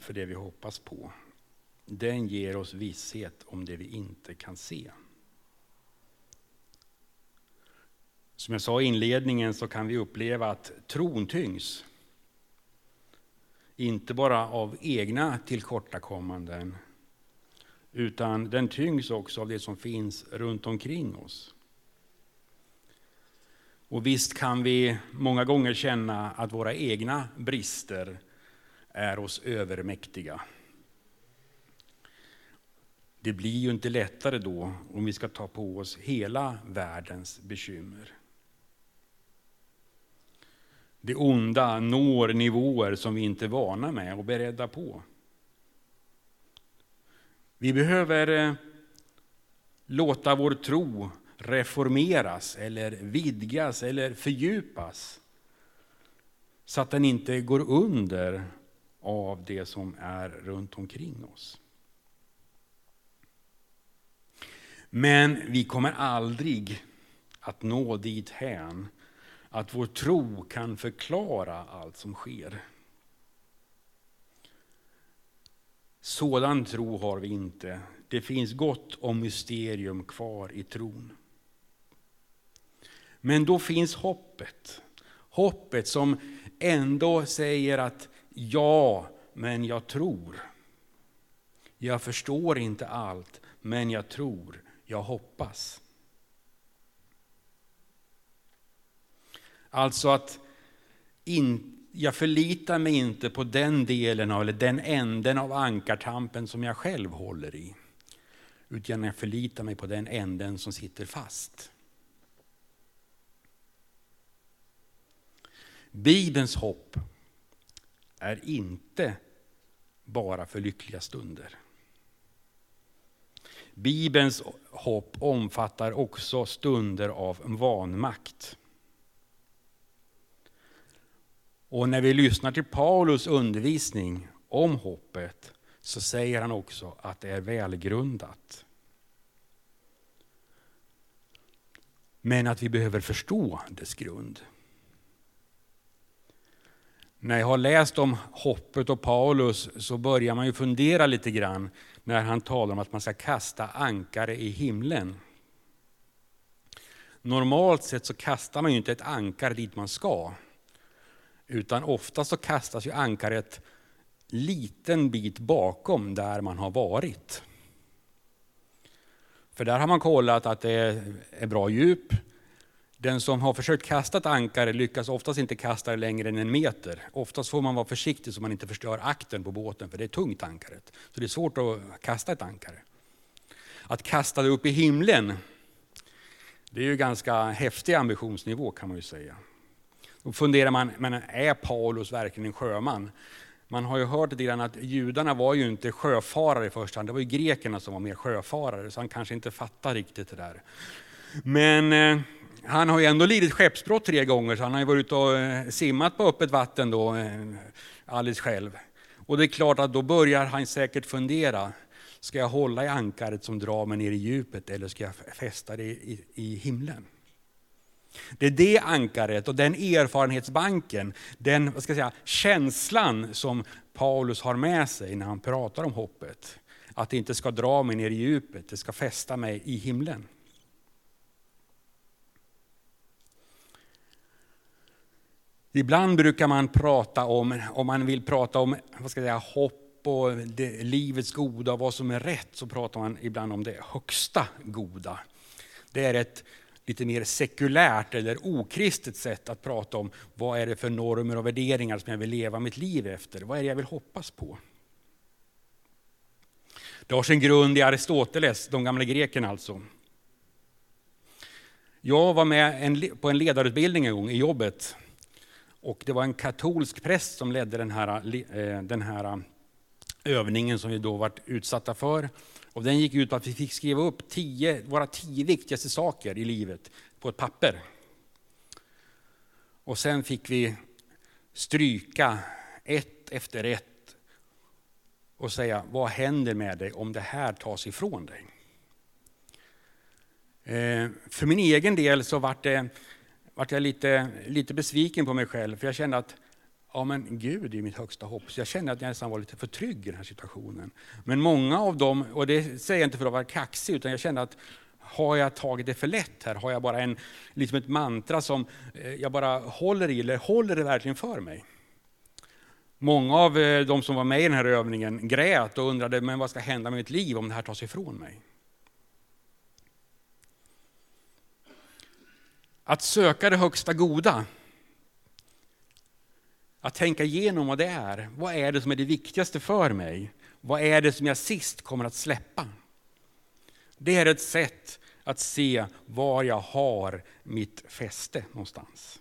för det vi hoppas på. Den ger oss visshet om det vi inte kan se. Som jag sa i inledningen så kan vi uppleva att tron tyngs. Inte bara av egna tillkortakommanden, utan den tyngs också av det som finns runt omkring oss. Och visst kan vi många gånger känna att våra egna brister är oss övermäktiga. Det blir ju inte lättare då om vi ska ta på oss hela världens bekymmer. Det onda når nivåer som vi inte är vana med och beredda på. Vi behöver låta vår tro reformeras eller vidgas eller fördjupas så att den inte går under av det som är runt omkring oss. Men vi kommer aldrig att nå dit hän att vår tro kan förklara allt som sker. Sådan tro har vi inte. Det finns gott om mysterium kvar i tron. Men då finns hoppet. Hoppet som ändå säger att ja, men jag tror. Jag förstår inte allt, men jag tror. Jag hoppas. Alltså att jag förlitar mig inte på den delen av, eller den änden av ankartampen som jag själv håller i. Utan jag förlitar mig på den änden som sitter fast. Bibelns hopp är inte bara för lyckliga stunder. Bibelns hopp omfattar också stunder av vanmakt. Och när vi lyssnar till Paulus undervisning om hoppet så säger han också att det är välgrundat. Men att vi behöver förstå dess grund. När jag har läst om hoppet och Paulus så börjar man ju fundera lite grann när han talar om att man ska kasta ankare i himlen. Normalt sett så kastar man ju inte ett ankare dit man ska. Utan ofta så kastas ju ankaret liten bit bakom där man har varit. För där har man kollat att det är bra djup. Den som har försökt kasta ett ankare lyckas oftast inte kasta det längre än 1 meter. Oftast får man vara försiktig så man inte förstör akten på båten, för det är tungt ankaret. Så det är svårt att kasta ett ankare. Att kasta det upp i himlen, det är ju ganska häftig ambitionsnivå kan man ju säga. Då funderar man, men är Paulus verkligen en sjöman? Man har ju hört lite grann att judarna var ju inte sjöfarare i första hand. Det var ju grekerna som var mer sjöfarare, så han kanske inte fattar riktigt det där. Men han har ju ändå lidit skeppsbrott 3 gånger, så han har ju varit ute och simmat på öppet vatten då, alldeles själv. Och det är klart att då börjar han säkert fundera. Ska jag hålla i ankaret som drar mig ner i djupet eller ska jag fästa det i himlen? Det är det ankaret och den erfarenhetsbanken, den känslan som Paulus har med sig när han pratar om hoppet. Att det inte ska dra mig ner i djupet, det ska fästa mig i himlen. Ibland brukar man prata om man vill prata om hopp och livets goda och vad som är rätt, så pratar man ibland om det högsta goda. Det är ett lite mer sekulärt eller okristet sätt att prata om vad är det för normer och värderingar som jag vill leva mitt liv efter. Vad är det jag vill hoppas på? Det har sin grund i Aristoteles, de gamla grekerna alltså. Jag var med på en ledarutbildning en gång i jobbet. Och det var en katolsk präst som ledde den här övningen som vi då varit utsatta för. Och den gick ut på att vi fick skriva upp våra 10 viktigaste saker i livet på ett papper. Och sen fick vi stryka ett efter ett och säga, vad händer med dig om det här tas ifrån dig? För min egen del så vart jag lite besviken på mig själv, för jag kände att ja men Gud är mitt högsta hopp. Så jag kände att jag nästan var lite för trygg i den här situationen. Men många av dem, och det säger jag inte för att vara kaxig, utan jag kände att har jag tagit det för lätt här? Har jag bara liksom ett mantra som jag bara håller i, eller håller det verkligen för mig? Många av de som var med i den här övningen grät och undrade, men vad ska hända med mitt liv om det här tas ifrån mig? Att söka det högsta goda. Att tänka igenom vad det är. Vad är det som är det viktigaste för mig? Vad är det som jag sist kommer att släppa? Det är ett sätt att se var jag har mitt fäste någonstans.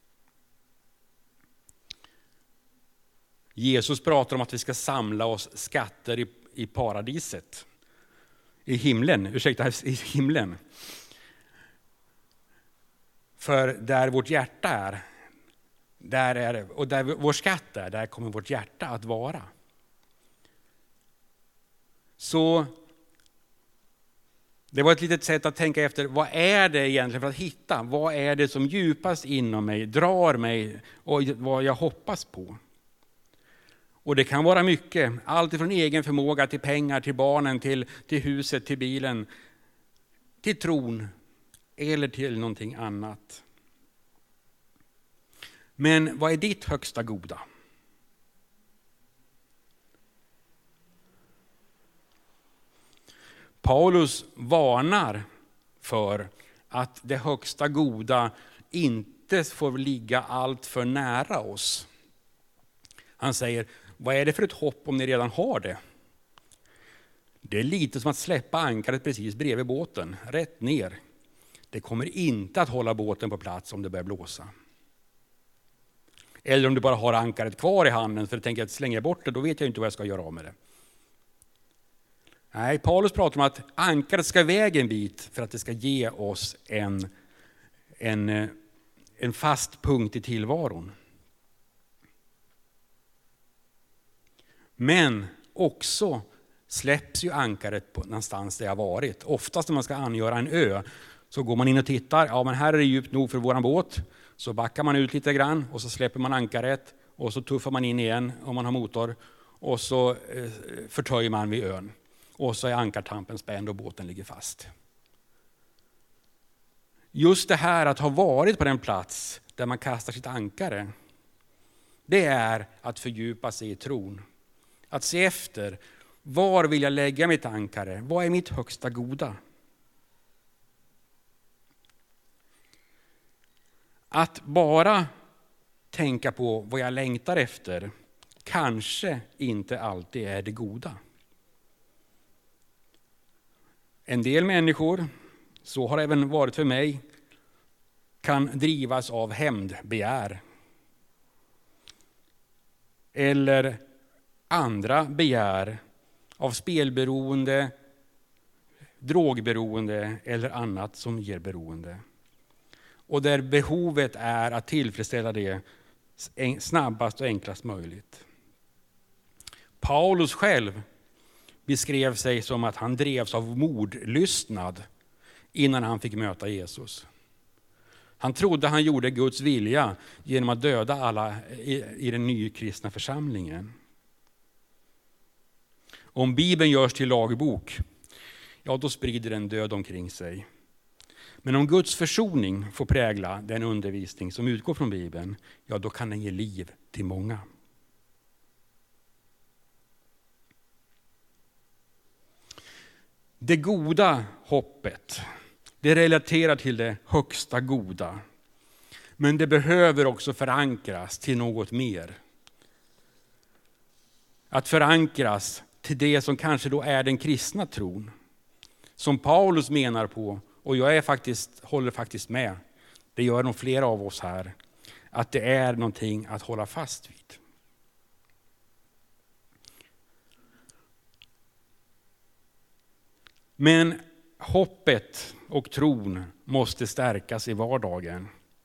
Jesus pratar om att vi ska samla oss skatter i paradiset. I himlen. För där vårt hjärta är, och där vår skatt är, där kommer vårt hjärta att vara. Så det var ett litet sätt att tänka efter, vad är det egentligen för att hitta? Vad är det som djupast inom mig drar mig och vad jag hoppas på? Och det kan vara mycket, allt från egen förmåga till pengar, till barnen, till huset, till bilen, till tron eller till någonting annat. Men vad är ditt högsta goda? Paulus varnar för att det högsta goda inte får ligga allt för nära oss. Han säger, vad är det för ett hopp om ni redan har det? Det är lite som att släppa ankaret precis bredvid båten, rätt ner. Det kommer inte att hålla båten på plats om det börjar blåsa. Eller om du bara har ankaret kvar i handen för att tänka att slänger bort det, då vet jag inte vad jag ska göra av med det. Nej, Paulus pratar om att ankaret ska väga en bit för att det ska ge oss en fast punkt i tillvaron. Men också släpps ju ankaret på någonstans där jag varit. Oftast när man ska angöra en ö så går man in och tittar. Ja, men här är det djupt nog för våran båt. Så backar man ut lite grann och så släpper man ankaret och så tuffar man in igen om man har motor. Och så förtöjer man vid ön. Och så är ankartampen spänd och båten ligger fast. Just det här att ha varit på den plats där man kastar sitt ankare, det är att fördjupa sig i tron. Att se efter, var vill jag lägga mitt ankare? Vad är mitt högsta goda? Att bara tänka på vad jag längtar efter kanske inte alltid är det goda. En del människor, så har det även varit för mig, kan drivas av hämndbegär. Eller andra begär av spelberoende, drogberoende eller annat som ger beroende. Och där behovet är att tillfredsställa det snabbast och enklast möjligt. Paulus själv beskrev sig som att han drevs av mordlystnad innan han fick möta Jesus. Han trodde han gjorde Guds vilja genom att döda alla i den nykristna församlingen. Om Bibeln görs till lagbok, ja då sprider den död omkring sig. Men om Guds försoning får prägla den undervisning som utgår från Bibeln, ja då kan den ge liv till många. Det goda hoppet, det relaterar till det högsta goda. Men det behöver också förankras till något mer. Att förankras till det som kanske då är den kristna tron. Som Paulus menar på, och jag håller faktiskt med, det gör nog flera av oss här, att det är någonting att hålla fast vid. Men hoppet och tron måste stärkas i vardagen.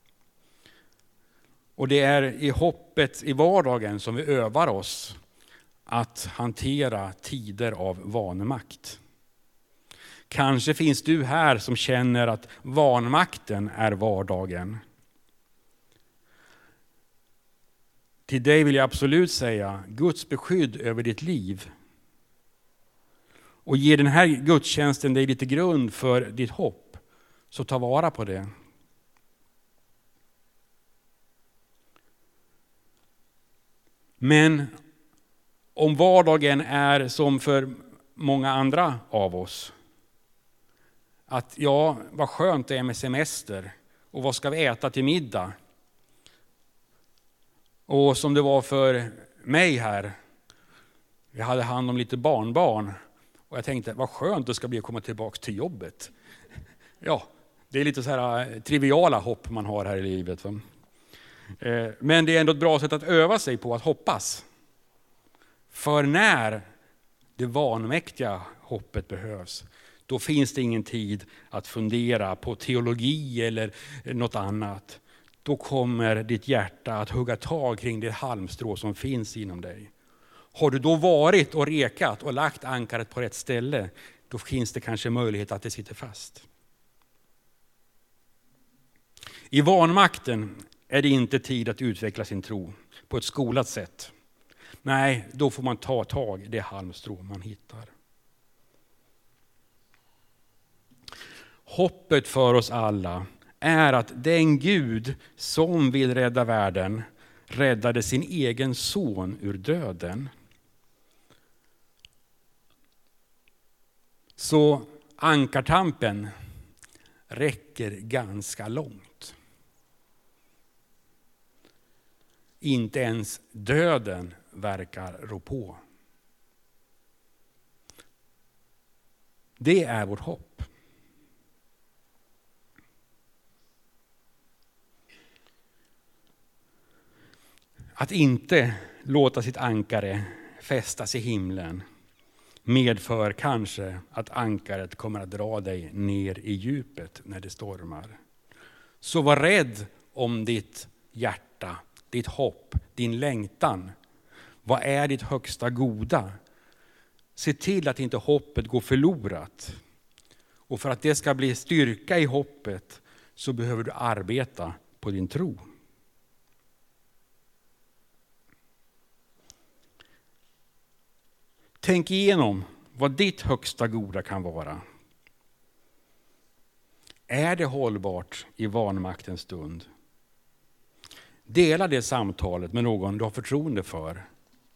Och det är i hoppet i vardagen som vi övar oss att hantera tider av vanmakt. Kanske finns du här som känner att vanmakten är vardagen. Till dig vill jag absolut säga Guds beskydd över ditt liv. Och ge den här gudstjänsten dig lite grund för ditt hopp. Så ta vara på det. Men om vardagen är som för många andra av oss. Att ja, vad skönt det är med semester. Och vad ska vi äta till middag? Och som det var för mig här. Jag hade hand om lite barnbarn. Och jag tänkte, vad skönt det ska bli att komma tillbaka till jobbet. Ja, det är lite så här triviala hopp man har här i livet. Va? Men det är ändå ett bra sätt att öva sig på att hoppas. För när det vanmäktiga hoppet behövs, då finns det ingen tid att fundera på teologi eller något annat. Då kommer ditt hjärta att hugga tag kring det halmstrå som finns inom dig. Har du då varit och rekat och lagt ankaret på rätt ställe, då finns det kanske möjlighet att det sitter fast. I vanmakten är det inte tid att utveckla sin tro på ett skolat sätt. Nej, då får man ta tag i det halmstrå man hittar. Hoppet för oss alla är att den Gud som vill rädda världen räddade sin egen son ur döden. Så ankartampen räcker ganska långt. Inte ens döden verkar rå på. Det är vårt hopp. Att inte låta sitt ankare fästas i himlen medför kanske att ankaret kommer att dra dig ner i djupet när det stormar. Så var rädd om ditt hjärta, ditt hopp, din längtan. Vad är ditt högsta goda? Se till att inte hoppet går förlorat. Och för att det ska bli styrka i hoppet så behöver du arbeta på din tro. Tänk igenom vad ditt högsta goda kan vara. Är det hållbart i vanmaktens stund? Dela det samtalet med någon du har förtroende för.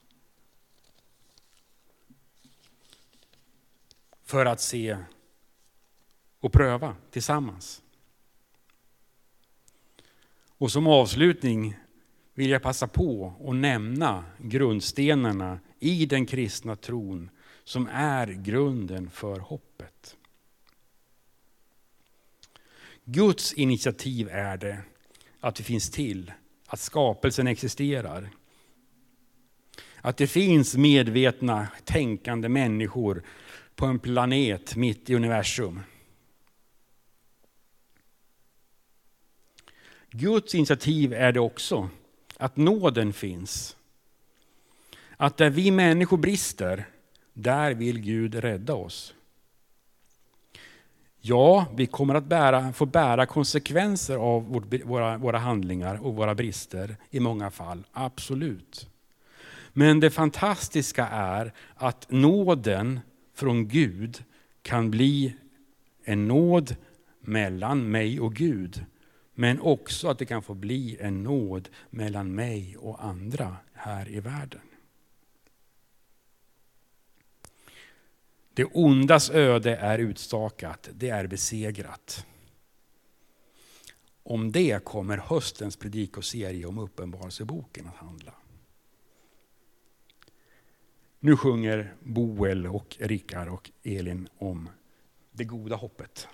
För att se och pröva tillsammans. Och som avslutning vill jag passa på att nämna grundstenarna i den kristna tron som är grunden för hoppet. Guds initiativ är det att vi finns till, att skapelsen existerar. Att det finns medvetna, tänkande människor på en planet mitt i universum. Guds initiativ är det också att nåden finns. Att där vi människor brister, där vill Gud rädda oss. Ja, vi kommer att få bära konsekvenser av våra handlingar och våra brister i många fall, absolut. Men det fantastiska är att nåden från Gud kan bli en nåd mellan mig och Gud. Men också att det kan få bli en nåd mellan mig och andra här i världen. Det ondas öde är utstakat, det är besegrat. Om det kommer höstens predikoserie om Uppenbarelseboken att handla. Nu sjunger Boel och Rickard och Elin om det goda hoppet.